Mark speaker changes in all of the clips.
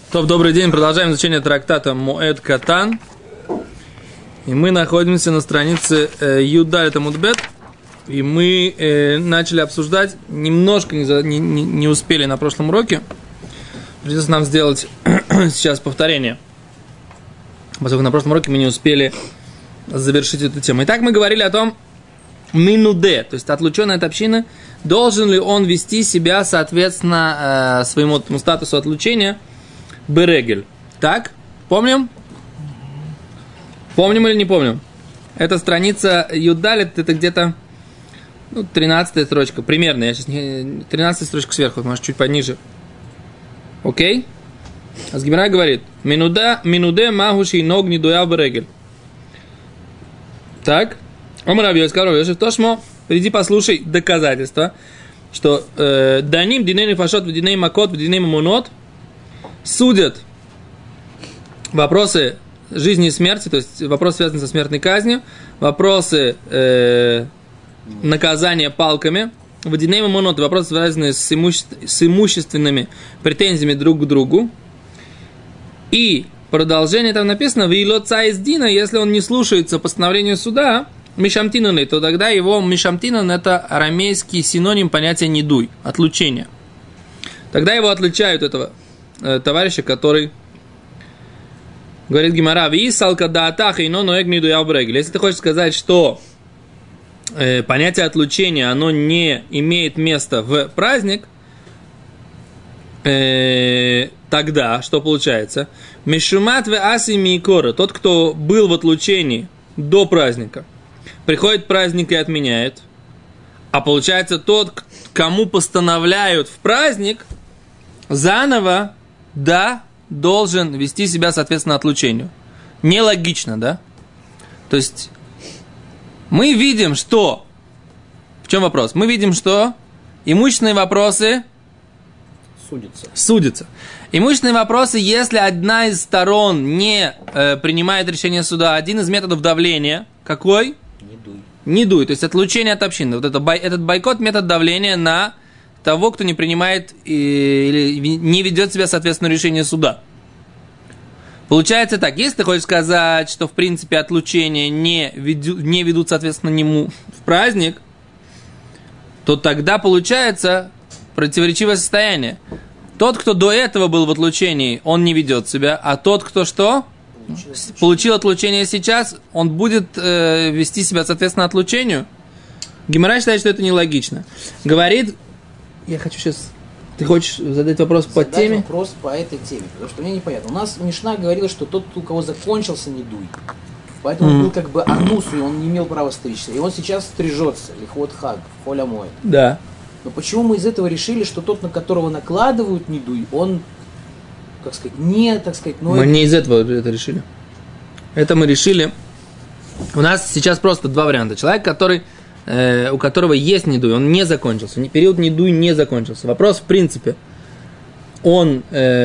Speaker 1: Добрый день, продолжаем изучение трактата Моэд Катан. И мы находимся на странице Юдаль Тамудбет. И мы начали обсуждать, немножко не успели на прошлом уроке. Придется нам сделать сейчас повторение, поскольку на прошлом уроке мы не успели завершить эту тему. Итак, мы говорили о том, минуде, то есть отлученный от общины, должен ли он вести себя соответственно своему статусу отлучения берегель. Так, помним? Помним или не помним? Эта страница Юдаль, это где-то 13-я строчка, примерно, я сейчас не... 13-я строчка сверху, может чуть пониже. Окей? Азгимара говорит, минуде махуши ног не дуя берегель. Так, Омарабьев сказал, Тошмо, приди послушай доказательства, что даним диней фашот в диней макот в диней мамонот судят вопросы жизни и смерти, то есть вопросы, связанные со смертной казнью, вопросы наказания палками, в диней мамонот, вопросы, связанные с имущественными претензиями друг к другу. И продолжение там написано, «Вейло цаис дина», если он не слушается постановлению суда, мишамтинаны, то тогда его мишамтинан – это арамейский синоним понятия недуй, отлучение. Тогда его отлучают, этого товарища, который говорит Гемара, если ты хочешь сказать, что понятие отлучения, оно не имеет места в праздник, тогда что получается? Мишумат ве аси микора, тот, кто был в отлучении до праздника, приходит праздник и отменяет, а получается тот, кому постановляют в праздник, заново, да, должен вести себя, соответственно, отлучению. Нелогично, да? То есть, мы видим, что... В чем вопрос? Мы видим, что имущественные вопросы... Судятся. Имущественные вопросы, если одна из сторон не принимает решение суда, один из методов давления, какой? Не дуй. То есть, отлучение от общины. Вот этот бойкот – метод давления на... того, кто не принимает или не ведет себя соответственно решению суда. Получается так, если ты хочешь сказать, что в принципе отлучения не ведут соответственно нему в праздник, то тогда получается противоречивое состояние. Тот, кто до этого был в отлучении, он не ведет себя, а тот, кто что? Получил отлучение сейчас, он будет вести себя соответственно отлучению. Гемара считает, что это нелогично. Говорит... Я хочу сейчас... Ты хочешь задать вопрос по теме?
Speaker 2: Вопрос по этой теме, потому что мне непонятно. У нас Мишна говорила, что тот, у кого закончился недуй, поэтому он был как бы анус, и он не имел права стричься. И он сейчас стрижется, лихот хаг, холя мой.
Speaker 1: Да.
Speaker 2: Но почему мы из этого решили, что тот, на которого накладывают недуй, он, как сказать, не, так сказать...
Speaker 1: Мы не из этого это решили. Это мы решили... У нас сейчас просто два варианта. Человек, который... у которого есть недуй, он не закончился. Период недуй не закончился. Вопрос, в принципе, он...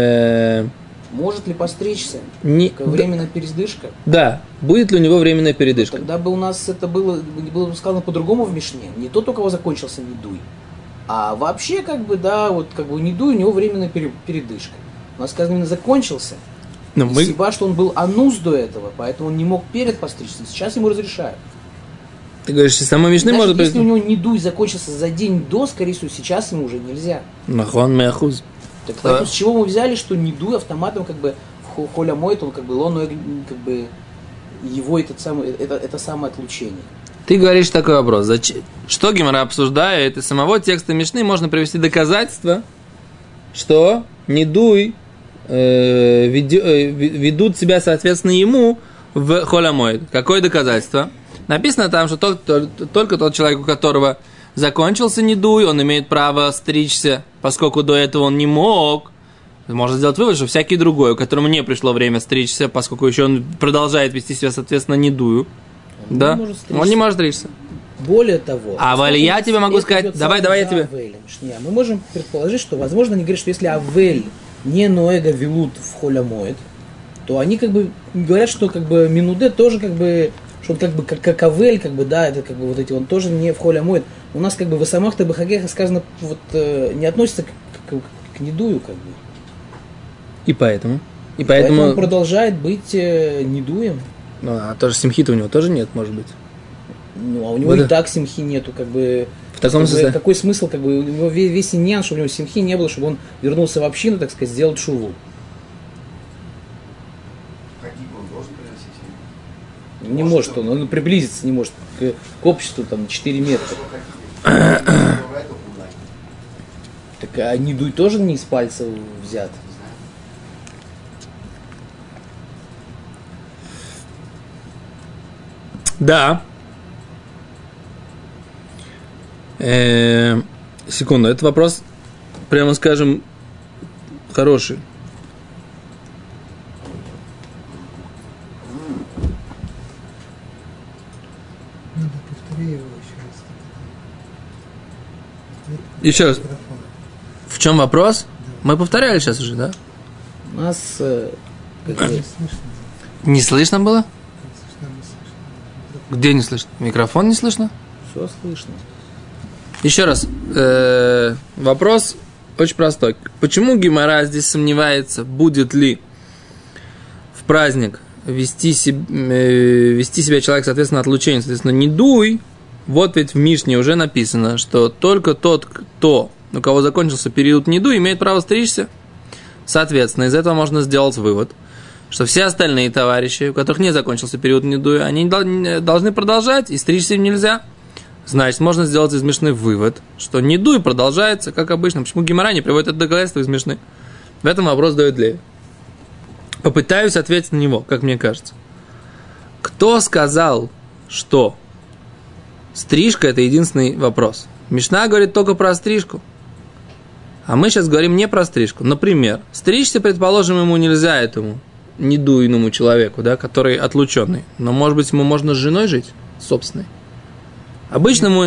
Speaker 2: может ли постричься? Временная передышка?
Speaker 1: Да. Будет ли у него временная передышка?
Speaker 2: Тогда бы у нас это было сказано по-другому в Мишне. Не тот, у кого закончился недуй, а вообще, как бы, да, вот как бы недуй, у него временная передышка. У нас сказано, именно закончился. Сиба, что он был анус до этого, поэтому он не мог перед постричься. Сейчас ему разрешают.
Speaker 1: Ты говоришь, что самой Мишны может быть...
Speaker 2: Если у него недуй закончился за день до, скорее всего, сейчас ему уже нельзя.
Speaker 1: Нахон меахуз.
Speaker 2: Так с чего мы взяли, что недуй автоматом как бы в холя моет, он как бы лону, как бы его это самое отлучение.
Speaker 1: Ты говоришь такой вопрос. Что Гемара обсуждает, из самого текста Мишны можно привести доказательство, что недуй ведут себя соответственно ему в холя моет. Какое доказательство? Написано там, что только тот человек, у которого закончился недуй, он имеет право стричься, поскольку до этого он не мог. Можно сделать вывод, что всякий другой, у которому не пришло время стричься, поскольку еще он продолжает вести себя, соответственно, недую, да, он не может стричься.
Speaker 2: Более того...
Speaker 1: Я тебе могу сказать... Давай я тебе...
Speaker 2: Мы можем предположить, что, возможно, они говорят, что если Авель не ноэга велут в холя моет, то они как бы говорят, что как бы минуде тоже как бы... что он как бы как Авель, как бы, да, это как бы вот эти, он тоже не в холе моет. У нас как бы в Асамахта Бахагеха сказано, вот, не относится к недую, как бы.
Speaker 1: И поэтому
Speaker 2: он продолжает быть недуем.
Speaker 1: Ну, а тоже симхи-то у него тоже нет, может быть.
Speaker 2: Ну, а у него и так симхи нету, как бы.
Speaker 1: В таком смысле.
Speaker 2: Какой смысл, как бы, у него весь иньян, чтобы у него симхи не было, чтобы он вернулся в общину, так сказать, сделать шуву. Не может он приблизиться не может к обществу там 4 метра. Так а недуй тоже не из пальца взят.
Speaker 1: Да. Секунду, этот вопрос, прямо скажем, хороший. Еще раз. В чем вопрос? Мы повторяли сейчас уже, да?
Speaker 2: У нас
Speaker 1: не слышно было? Где не слышно? Микрофон не слышно?
Speaker 2: Все слышно.
Speaker 1: Еще раз. Вопрос очень простой. Почему Гемара здесь сомневается, будет ли в праздник вести себя человек, соответственно, отлучение, соответственно, не дуй. Вот ведь в Мишне уже написано, что только тот, у кого закончился период неду, имеет право стричься. Соответственно, из этого можно сделать вывод, что все остальные товарищи, у которых не закончился период неду, они должны продолжать, и стричься им нельзя. Значит, можно сделать из Мишны вывод, что недуй продолжается, как обычно. Почему Гемара не приводит это доказательство из Мишны? В этом вопрос дает Леви. Попытаюсь ответить на него, как мне кажется. Кто сказал, что стрижка – это единственный вопрос? Мишна говорит только про стрижку. А мы сейчас говорим не про стрижку. Например, стричься, предположим, ему нельзя, этому недуйному человеку, да, который отлученный. Но, может быть, ему можно с женой жить, собственной. Обычному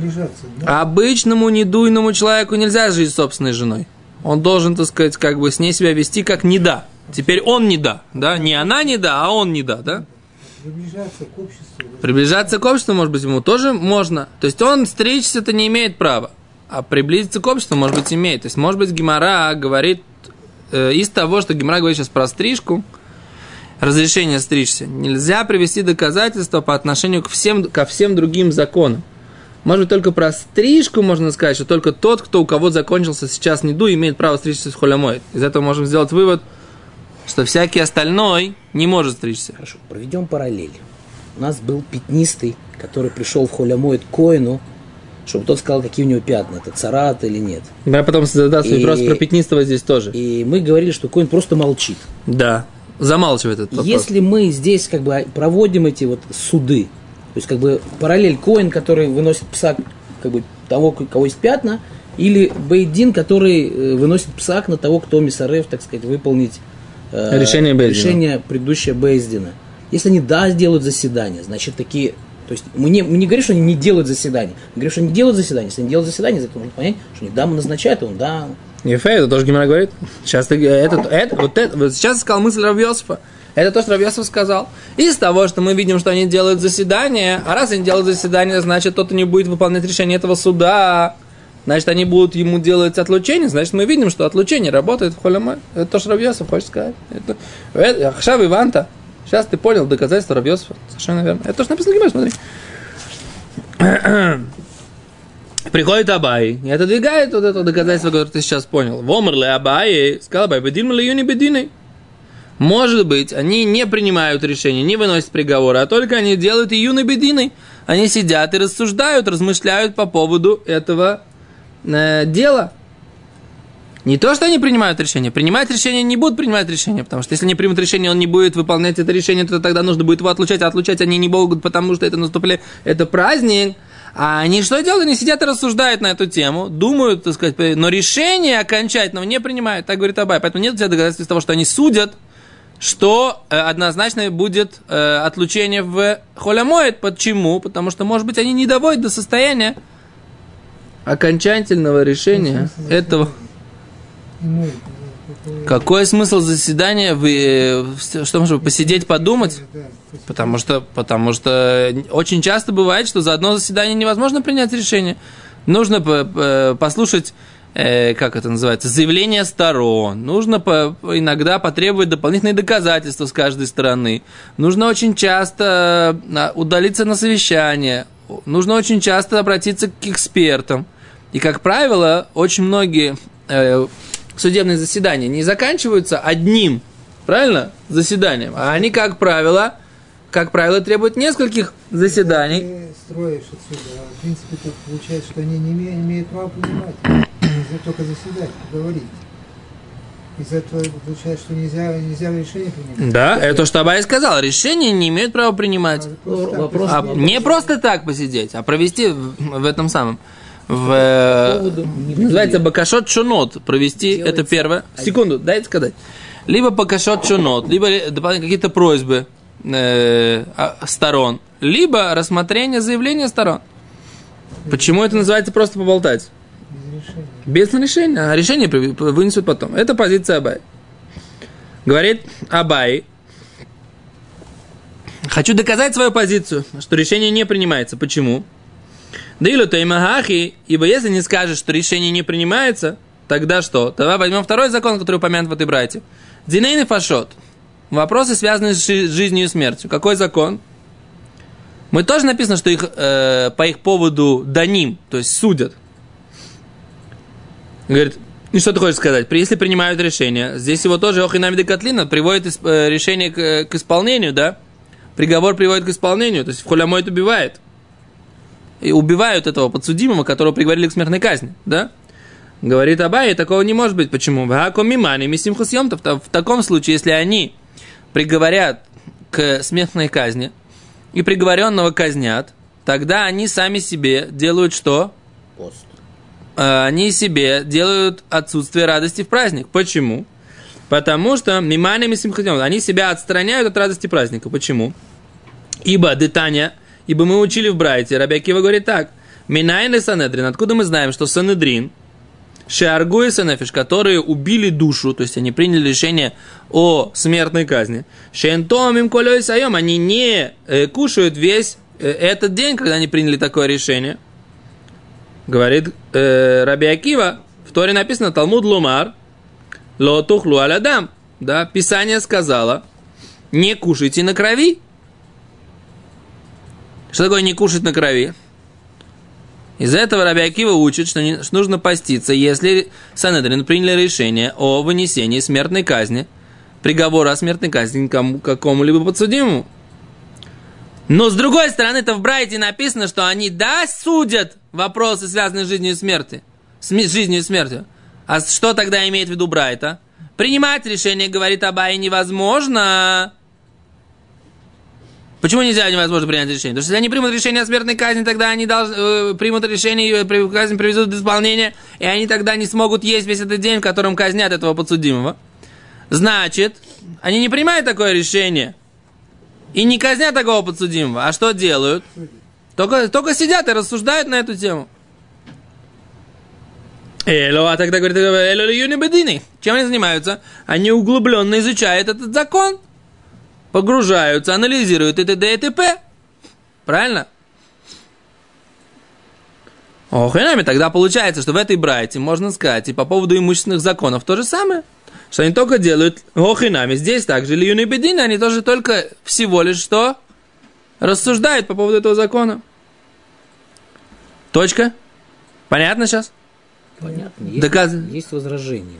Speaker 1: недуйному человеку нельзя жить с собственной женой. Он должен, так сказать, как бы с ней себя вести как неда. Теперь он неда, да? Не она неда, а он неда, да?
Speaker 3: Приближаться к обществу.
Speaker 1: Приближаться к обществу, может быть, ему тоже можно. То есть он стричься-то не имеет права. А приблизиться к обществу, может быть, имеет. То есть, может быть, Гемара говорит, из того, что Гемара говорит сейчас про стрижку, разрешение стричься, нельзя привести доказательства по отношению ко всем другим законам. Может быть, только про стрижку можно сказать, что только тот, у кого закончился сейчас неду, имеет право стричься с холямоид. Из этого можем сделать вывод, что всякий остальной не может стричься.
Speaker 2: Хорошо, проведем параллель. У нас был пятнистый, который пришел в холямоид к коину, чтобы тот сказал, какие у него пятна, это царат или нет.
Speaker 1: Да, потом задаться вопрос про пятнистого здесь тоже.
Speaker 2: И мы говорили, что коин просто молчит.
Speaker 1: Да, замалчивает этот вопрос.
Speaker 2: Если мы здесь как бы проводим эти вот суды, то есть как бы параллель коин, который выносит псак как бы того, у кого есть пятна, или бейдин, который выносит псак на того, кто мисарев, так сказать, выполнить решение предыдущего бейздина. Если они сделают заседание, значит такие. То есть мы не говорим, что они не делают заседание. Мы говорим, что они делают заседание. Если они делают заседание, за это нужно понять, что они назначают, он
Speaker 1: Ефе, это тоже Гемара говорит. Сейчас сейчас сказал мысль Рав Йосефа. Это то, что Рав Йосеф сказал. Из того, что мы видим, что они делают заседание, а раз они делают заседание, значит, тот не будет выполнять решение этого суда. Значит, они будут ему делать отлучение. Значит, мы видим, что отлучение работает в холямой. Это то, что Рав Йосеф хочет сказать. Хашав Иванта. Сейчас ты понял доказательство Рав Йосефа. Совершенно верно. Это то, что написано в Гемаре, смотри. Приходит Абай и отодвигает вот это доказательство, которое ты сейчас понял. Вомерле Абай, сказал Абай, бедин ли юни бединой. Может быть, они не принимают решения, не выносят приговоры, а только они делают и юной бединой. Они сидят и рассуждают, размышляют по поводу этого дела. Не то, что они принимают решение. Принимать решение не будут принимать решение, потому что если они примут решение, он не будет выполнять это решение, то тогда нужно будет его отлучать, а отлучать они не могут, потому что это наступление, это праздник. А они что делают? Они сидят и рассуждают на эту тему, думают, так сказать, но решение окончательного не принимают, так говорит Абай. Поэтому нет у тебя доказательств того, что они судят, что однозначно будет отлучение в холямоид. Почему? Потому что, может быть, они не доводят до состояния окончательного решения этого. Какой смысл заседания? Что, может, посидеть, подумать? Потому что очень часто бывает, что за одно заседание невозможно принять решение. Нужно послушать как это называется, заявление сторон. Нужно иногда потребовать дополнительные доказательства с каждой стороны. Нужно очень часто удалиться на совещание. Нужно очень часто обратиться к экспертам. И, как правило, очень многие судебные заседания не заканчиваются одним, правильно, заседанием. А они, как правило, требуют нескольких заседаний.
Speaker 3: Ты строишь отсюда. В принципе, так получается, что они не имеют права принимать. Только заседать, говорить. Из этого получается, что нельзя решение принимать.
Speaker 1: Да, это то, что Абай сказал. Решение не имеют права принимать. Не просто так посидеть, а провести в этом самом. Называется бакашот шунот. Провести это первое. Секунду, дайте сказать. Либо бакашот шунот, либо дополнительные какие-то просьбы сторон, либо рассмотрение заявления сторон. Почему это называется просто поболтать? Без решения. А решение вынесут потом. Это позиция Абай. Говорит Абай: хочу доказать свою позицию, что решение не принимается. Почему? Ибо если не скажешь, что решение не принимается, тогда что? Тогда возьмем второй закон, который упомянут в этой брайте. Динейный фашот. Вопросы, связанные с жизнью и смертью. Какой закон? Мы тоже написано, что их по их поводу даним, то есть судят. Говорит, и что ты хочешь сказать? Если принимают решение, здесь его тоже Охинамиды Котлина приводит решение к исполнению, да? Приговор приводит к исполнению, то есть в холямойт убивает. И убивают этого подсудимого, которого приговорили к смертной казни, да? Говорит Абай, такого не может быть. Почему? В таком случае, если они приговорят к смертной казни и приговоренного казнят, тогда они сами себе делают что?
Speaker 2: Пост.
Speaker 1: Они себе делают отсутствие радости в праздник. Почему? Потому что они себя отстраняют от радости праздника. Почему? Ибо мы учили в Брайте, Раби Акива говорит так: Минайн и Санедрин, откуда мы знаем, что Санедрин, Шеаргу и Санефиш, которые убили душу, то есть они приняли решение о смертной казни, Шентом им колей сайом, они не кушают весь этот день, когда они приняли такое решение. Говорит Раби Акива, в Торе написано Талмуд Лумар, Ло тухлу алядам, да, Писание сказало, не кушайте на крови. Что такое не кушать на крови? Из этого Раби Акива учит, что нужно поститься, если Санедрин приняли решение о вынесении смертной казни, приговора о смертной казни какому-либо подсудимому. Но с другой стороны, это в Брайте написано, что они, да, судят вопросы, связанные с жизнью и смертью. Жизнью и смертью. А что тогда имеет в виду Брайта? Принимать решение, говорит Абай, невозможно. Почему невозможно принять решение? Потому что если они примут решение о смертной казни, тогда они примут решение, и казнь приведут в исполнение, и они тогда не смогут есть весь этот день, в котором казнят этого подсудимого. Значит, они не принимают такое решение и не казнят такого подсудимого. А что делают? Только сидят и рассуждают на эту тему. А тогда говорит, чем они занимаются? Они углубленно изучают этот закон. Погружаются, анализируют и т.д. и т.п. Правильно? Охренами, тогда получается, что в этой брайте можно сказать и по поводу имущественных законов то же самое. Что они только делают охренами. Здесь также льюны бедины, они тоже только всего лишь что? Рассуждают по поводу этого закона. Точка? Понятно сейчас?
Speaker 2: Понятно. Есть возражение.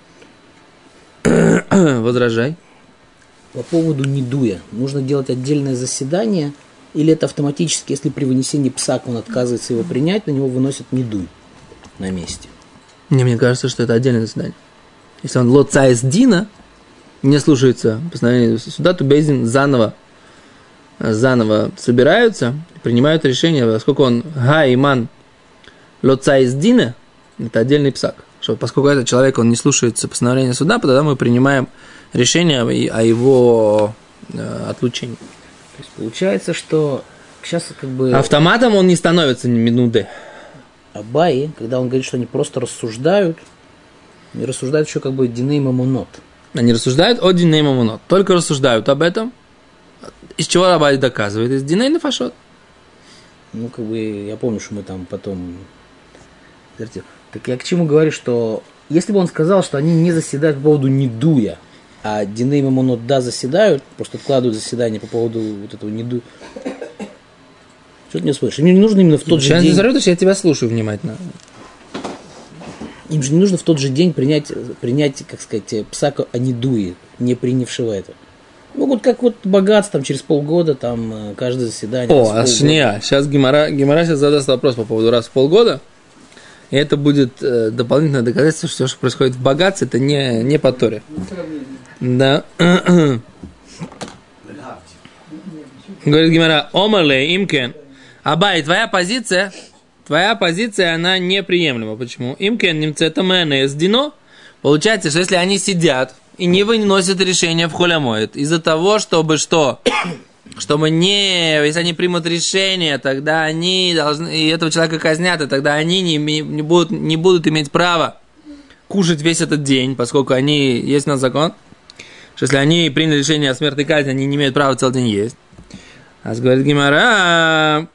Speaker 1: Возражай.
Speaker 2: По поводу недуя. Нужно делать отдельное заседание, или это автоматически, если при вынесении псака он отказывается его принять, на него выносят недуй на месте?
Speaker 1: Мне кажется, что это отдельное заседание. Если он лоцайс дина, не слушается постановления суда, то бейзин заново собираются, принимают решение, поскольку он иман лоцайс дина, это отдельный псак. Что поскольку этот человек, он не слушается постановления суда, тогда мы принимаем решение о его отлучении.
Speaker 2: То есть получается, что сейчас как бы...
Speaker 1: Автоматом он не становится ни минуты.
Speaker 2: Абай, когда он говорит, что они просто рассуждают, они рассуждают еще как бы диней мамонот.
Speaker 1: Они рассуждают о диней мамонот. Только рассуждают об этом. Из чего Абай доказывает? Из диней нафашот.
Speaker 2: Ну, как бы, я помню, что мы там потом... Так я к чему говорю, что если бы он сказал, что они не заседают по поводу недуя, а Диней Мамонот да заседают, просто откладывают заседание по поводу вот этого недуя. Что ты не слышишь? Им не нужно именно в тот же день...
Speaker 1: Сейчас я тебя слушаю внимательно.
Speaker 2: Им же не нужно в тот же день принять, как сказать, псака о недуе, не принявшего это. Могут как вот богатство, там, через полгода, там, каждое заседание.
Speaker 1: Сейчас Гемара сейчас задаст вопрос по поводу раз в полгода. И это будет дополнительное доказательство, что все, что происходит в богатстве, это не по Торе. Да. Говорит Гемара, Омале, Имкен. Абай, твоя позиция, она неприемлема. Почему? Имкен, немцета мэне, сдино. Получается, что если они сидят и не выносят решение в холямоид из-за того, чтобы что? Чтобы если они примут решение, тогда они должны, и этого человека казнят, и тогда они не будут иметь права кушать весь этот день, поскольку они, есть у нас закон, что если они приняли решение о смертной казни, они не имеют права целый день есть. А говорит Гемара,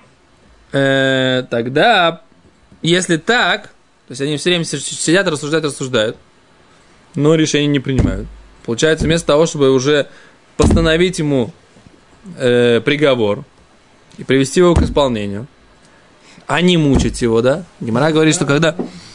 Speaker 1: тогда, если так, то есть они все время сидят, рассуждают, но решения не принимают. Получается, вместо того, чтобы уже постановить ему приговор и привести его к исполнению, а не мучить его, да? Гемара говорит, что когда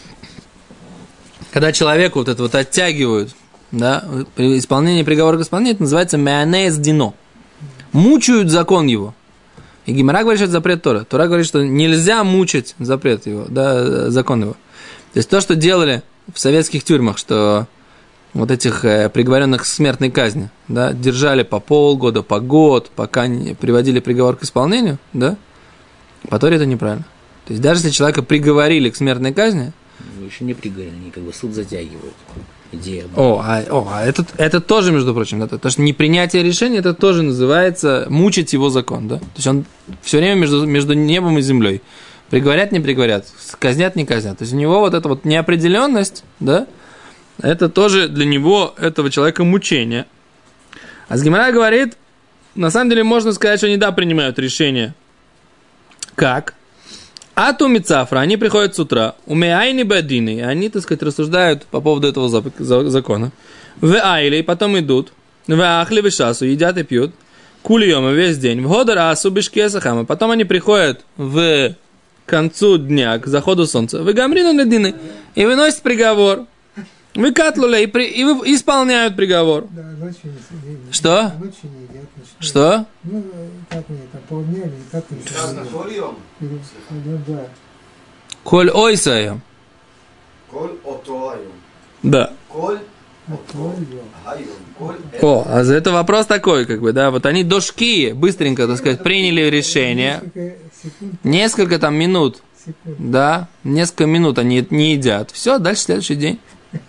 Speaker 1: человеку вот это вот оттягивают, да, при исполнении приговора к исполнению, это называется меанеес дино. Мучают закон его. И Гемара говорит, что это запрет Тора. Тора говорит, что нельзя мучить запрет его, да, закон его. То есть то, что делали в советских тюрьмах, что вот этих приговоренных к смертной казни, да, держали по полгода, по год, пока не приводили приговор к исполнению, да, по Торе это неправильно. То есть даже если человека приговорили к смертной казни...
Speaker 2: Еще не приговорили, они как бы суд затягивают. Идея.
Speaker 1: Это тоже, между прочим, да, потому что непринятие решения, это тоже называется мучить его закон, да. То есть он все время между небом и землей. Приговорят, не приговорят, казнят, не казнят. То есть у него вот эта вот неопределенность, да, это тоже для него, этого человека, мучение. А Гемара говорит, на самом деле можно сказать, что они да принимают решение. Как? Ату мицафра, они приходят с утра, умеайни бадины, они, так сказать, рассуждают по поводу этого закона. В айли, потом идут, в ахли в шасу, едят и пьют, кульема весь день, в годар асу бешкесахама, потом они приходят в концу дня, к заходу солнца, в гамрину ледины, и выносят приговор. Вы катлуле и исполняют приговор.
Speaker 3: Да, ночью не
Speaker 1: что?
Speaker 3: Ночью не едят.
Speaker 1: Что?
Speaker 3: Ну, как мне там, полдня или как мне да.
Speaker 1: Коль ойсаем.
Speaker 4: Коль отоаем.
Speaker 1: Да.
Speaker 4: Коль
Speaker 1: а за это вопрос такой, как бы, да, вот они до шки быстренько, так сказать, приняли решение. Несколько там минут. Да, несколько минут они не едят. Все, дальше следующий день.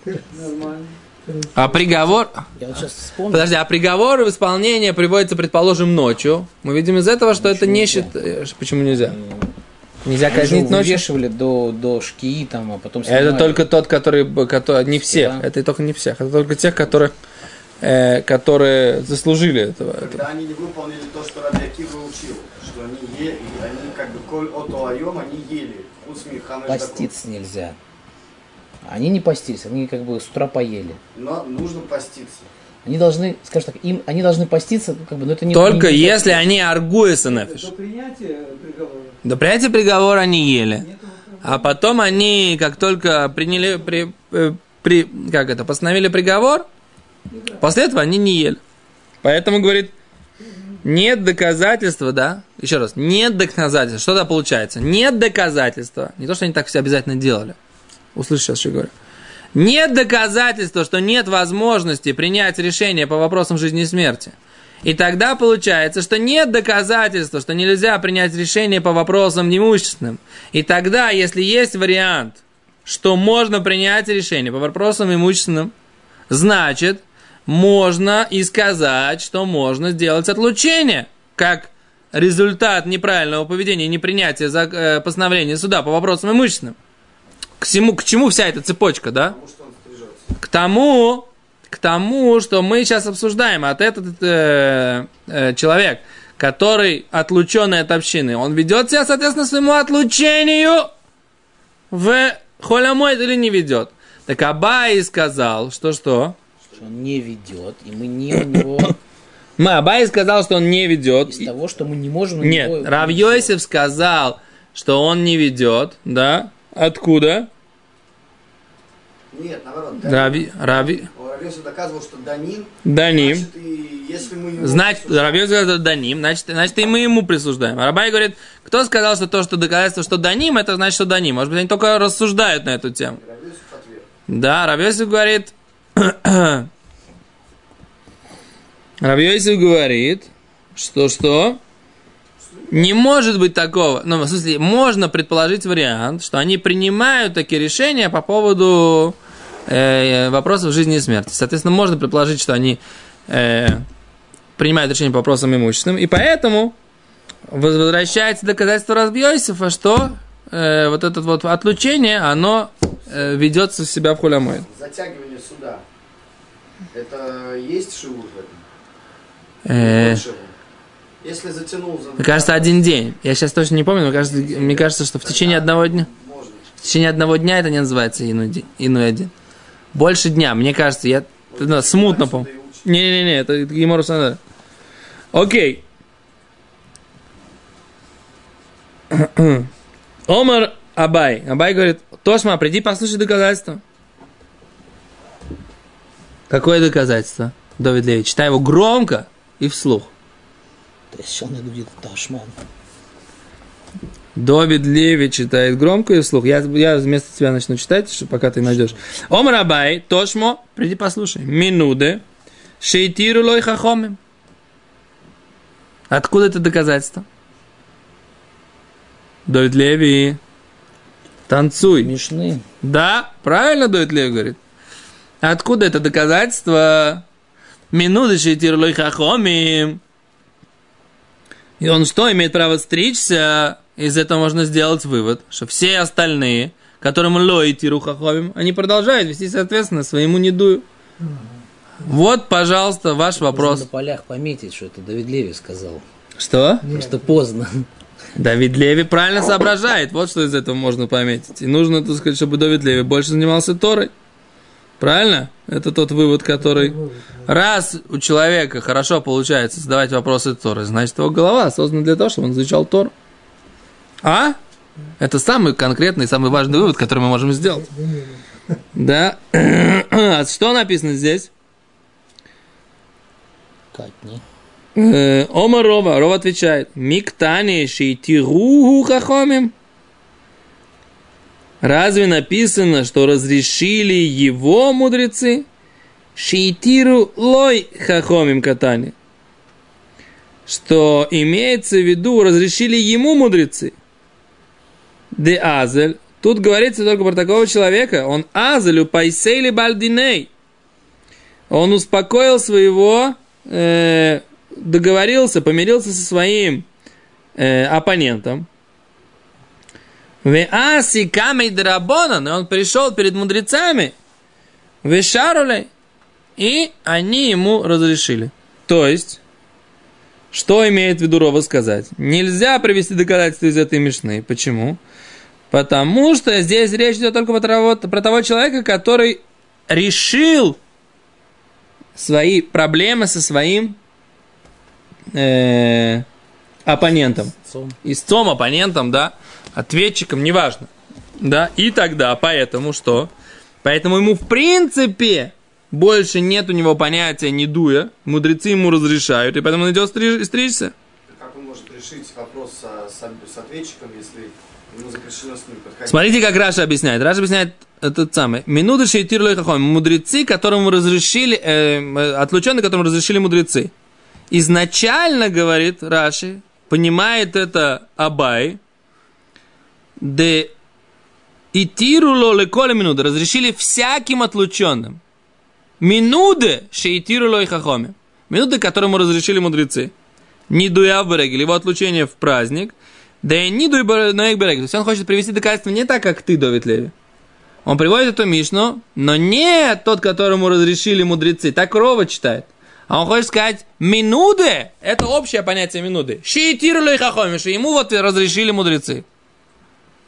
Speaker 1: А приговор...
Speaker 2: Я вот сейчас вспомнил.
Speaker 1: Подожди, а приговор в исполнение приводится, предположим, ночью. Мы видим из этого, что это не считается... Почему нельзя? Нельзя казнить ночью?
Speaker 2: Вывешивали до шкии, там, а потом
Speaker 1: снимали. Это только тот, который... Не всех. Да. Это только не всех. Это только тех, которые заслужили этого.
Speaker 4: Когда они не выполнили то, что Раби Акива учил, что они ели, они как бы коль отоаем, они ели.
Speaker 2: Поститься нельзя. Они не постились, они как бы с утра поели.
Speaker 4: Но нужно поститься.
Speaker 2: Они должны, скажем так, они должны поститься, как бы, но это не...
Speaker 1: Только если они аргуэса нефиш.
Speaker 3: До принятия приговора.
Speaker 1: До принятия приговора они ели. А потом они, как только приняли, постановили приговор, после этого они не ели. Поэтому, говорит, нет доказательства, да? Еще раз, нет доказательства. Что тогда получается? Нет доказательства. Не то, что они так все обязательно делали. Услышь сейчас, что я говорю. Нет доказательства, что нет возможности принять решение по вопросам жизни и смерти. И тогда получается, что нет доказательства, что нельзя принять решение по вопросам имущественным. И тогда, если есть вариант, что можно принять решение по вопросам имущественным, значит, можно и сказать, что можно сделать отлучение, как результат неправильного поведения и непринятия постановления суда по вопросам имущественным. К чему вся эта цепочка, да? К тому, что мы сейчас обсуждаем. От этот человек, который отлученный от общины, он ведет себя, соответственно, своему отлучению в холямоид или не ведет. Так Абай сказал, что?
Speaker 2: Что он не ведет, и мы не у него...
Speaker 1: Абай сказал, что он не ведет.
Speaker 2: Из того, что мы не можем...
Speaker 1: Нет, Рав Йосеф сказал, что он не ведет, да? Откуда?
Speaker 4: Нет, наоборот.
Speaker 1: Рав
Speaker 4: Йосеф доказывал, что Даним.
Speaker 1: Даним.
Speaker 4: Значит, и если мы ему...
Speaker 1: Значит, Рав Йосеф сказал, Даним, значит, и мы ему присуждаем. А Рабай говорит, кто сказал, что то, что доказательство, что Даним, это значит, что Даним. Может быть, они только рассуждают на эту тему.
Speaker 4: Рав Йосеф ответ.
Speaker 1: Да, Рав Йосеф говорит... Рав Йосеф говорит, что не может быть такого. Ну, в смысле, можно предположить вариант, что они принимают такие решения по поводу вопросов жизни и смерти. Соответственно, можно предположить, что они принимают решения по вопросам имущественным. И поэтому возвращается доказательство Рав Йосефа, что вот это вот отлучение, оно ведется в себя в холямоид.
Speaker 4: Затягивание суда. Это есть шивут в этом? Если затянул...
Speaker 1: Мне кажется, один день. Я сейчас точно не помню, но мне кажется, что в течение одного дня... В течение одного дня это не называется иной один. Больше дня, мне кажется, я смутно помню. Не, это Гемора Санадара. Окей. Омар Абай. Абай говорит, Тошма, приди послушай доказательства. Какое доказательство? Давид Леви, читай его громко и вслух.
Speaker 2: То есть он будет Ташман.
Speaker 1: Давид Леви читает громко и вслух. Я вместо тебя начну читать, что пока ты найдешь. Омар Абай, Тошмо, приди послушай. Минуде, шейтиру лой хахомим. Откуда это доказательство? Давид Леви, танцуй.
Speaker 2: Мишны.
Speaker 1: Да, правильно Давид Леви говорит. Откуда это доказательство? Минуды шейтиру лой хахомим. И он что, имеет право стричься? Из этого можно сделать вывод, что все остальные, которым лоитиру хахомим, они продолжают вести, соответственно, своему недую. Вот, пожалуйста, ваш вопрос.
Speaker 2: Можно на полях пометить, что это Давид Леви сказал.
Speaker 1: Что?
Speaker 2: Просто поздно.
Speaker 1: Давид Леви правильно соображает. Вот что из этого можно пометить. И нужно, так сказать, чтобы Давид Леви больше занимался Торой. Правильно? Это тот вывод, который... Раз у человека хорошо получается задавать вопросы Торы, значит, его голова создана для того, чтобы он изучал Тору. А? Это самый конкретный, самый важный вывод, который мы можем сделать. Да. Что написано здесь?
Speaker 2: Катни.
Speaker 1: Ома Рова. Рова отвечает. Миктани шейтируху хахомим. Разве написано, что разрешили его мудрецы? Шейтиру лой хахомим катани. Что имеется в виду, разрешили ему мудрецы. Де азель. Тут говорится только про такого человека. Он азелю пайсейли бальдиней. Он успокоил своего, договорился, помирился со своим оппонентом. Веаси камей драбонан. И он пришел перед мудрецами. Вешарулей. И они ему разрешили. То есть, что имеет в виду Рова сказать? Нельзя привести доказательства из этой мишны. Почему? Потому что здесь речь идет только про того человека, который решил свои проблемы со своим оппонентом. Истцом, оппонентом, да, ответчиком, неважно. Да, и тогда, поэтому что? Поэтому ему в принципе больше нет у него понятия недуя, мудрецы ему разрешают, и поэтому он идет стричься.
Speaker 4: Как он может решить вопрос с ответчиком, если ему запрещено с ним подходить?
Speaker 1: Смотрите, как Раша объясняет. Раша объясняет этот самый. Минуты шейтир лой хахомим. Мудрецы, которым разрешили, отлученные, которым разрешили мудрецы. Изначально, говорит Раши, понимает это Абай, де итиру ло леколе минуты. Разрешили всяким отлученным. Минуты шейтиру лой хахомим. Минуты, которому разрешили мудрецы. Нидуя в берегель, его отлучение в праздник. Да и нидуй ноек берегель. То есть он хочет привести доказательство не так, как ты, Давид Леви. Он приводит эту мишну, но не тот, которому разрешили мудрецы. Так Рова читает. А он хочет сказать, минуты, это общее понятие минуты. Шейтиру лой хахомим, что ему вот разрешили мудрецы.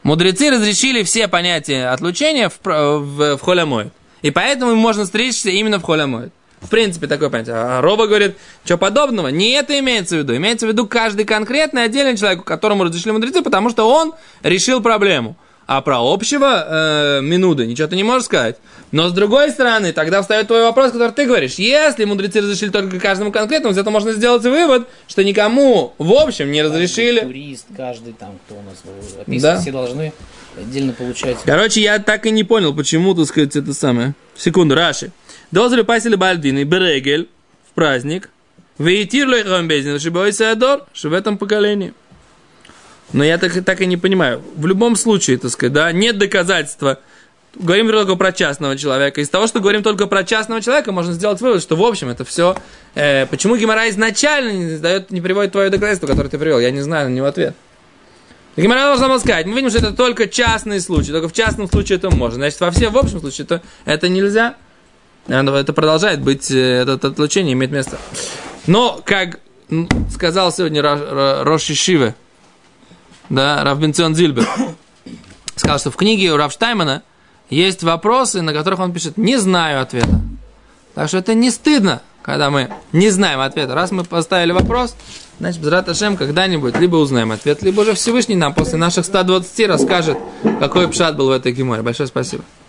Speaker 1: Мудрецы разрешили все понятия отлучения в холь амоэд. И поэтому можно стричься именно в холь амоэд. В принципе, такое понятие. А Роба говорит, что подобного? Не это имеется в виду. Имеется в виду каждый конкретный отдельный человек, которому разрешили мудрецы, потому что он решил проблему. А про общего минуды ничего ты не можешь сказать. Но с другой стороны, тогда встает твой вопрос, который ты говоришь. Если мудрецы разрешили только каждому конкретному, из этого можно сделать вывод, что никому в общем не разрешили.
Speaker 2: Каждый турист, каждый там, кто у нас описывает, все должны отдельно получать.
Speaker 1: Короче, я так и не понял, почему, так сказать, это самое. Секунду, Раши. Дозры пасили бальдины, берегель, в праздник. Вейтирлой хамбезин, шибойся адор, что в этом поколении. Но я так и не понимаю. В любом случае, так сказать, да, нет доказательства. Говорим только про частного человека. Из того, что говорим только про частного человека, можно сделать вывод, что в общем это все. Почему Гемара изначально не приводит твое доказательство, которое ты привел? Я не знаю на него ответ. Гемара должна была сказать, мы видим, что это только частный случай, только в частном случае это можно. Значит, в общем случае это нельзя. Это продолжает быть, это отлучение имеет место. Но, как сказал сегодня Рош Ешивы, да, Рав Бенцион Зильбер, сказал, что в книге у Рав Штаймана есть вопросы, на которых он пишет «не знаю ответа». Так что это не стыдно, когда мы не знаем ответа. Раз мы поставили вопрос, значит, Б'эзрат Ашем когда-нибудь либо узнаем ответ, либо уже Всевышний нам после наших 120 расскажет, какой пшат был в этой геморе. Большое спасибо.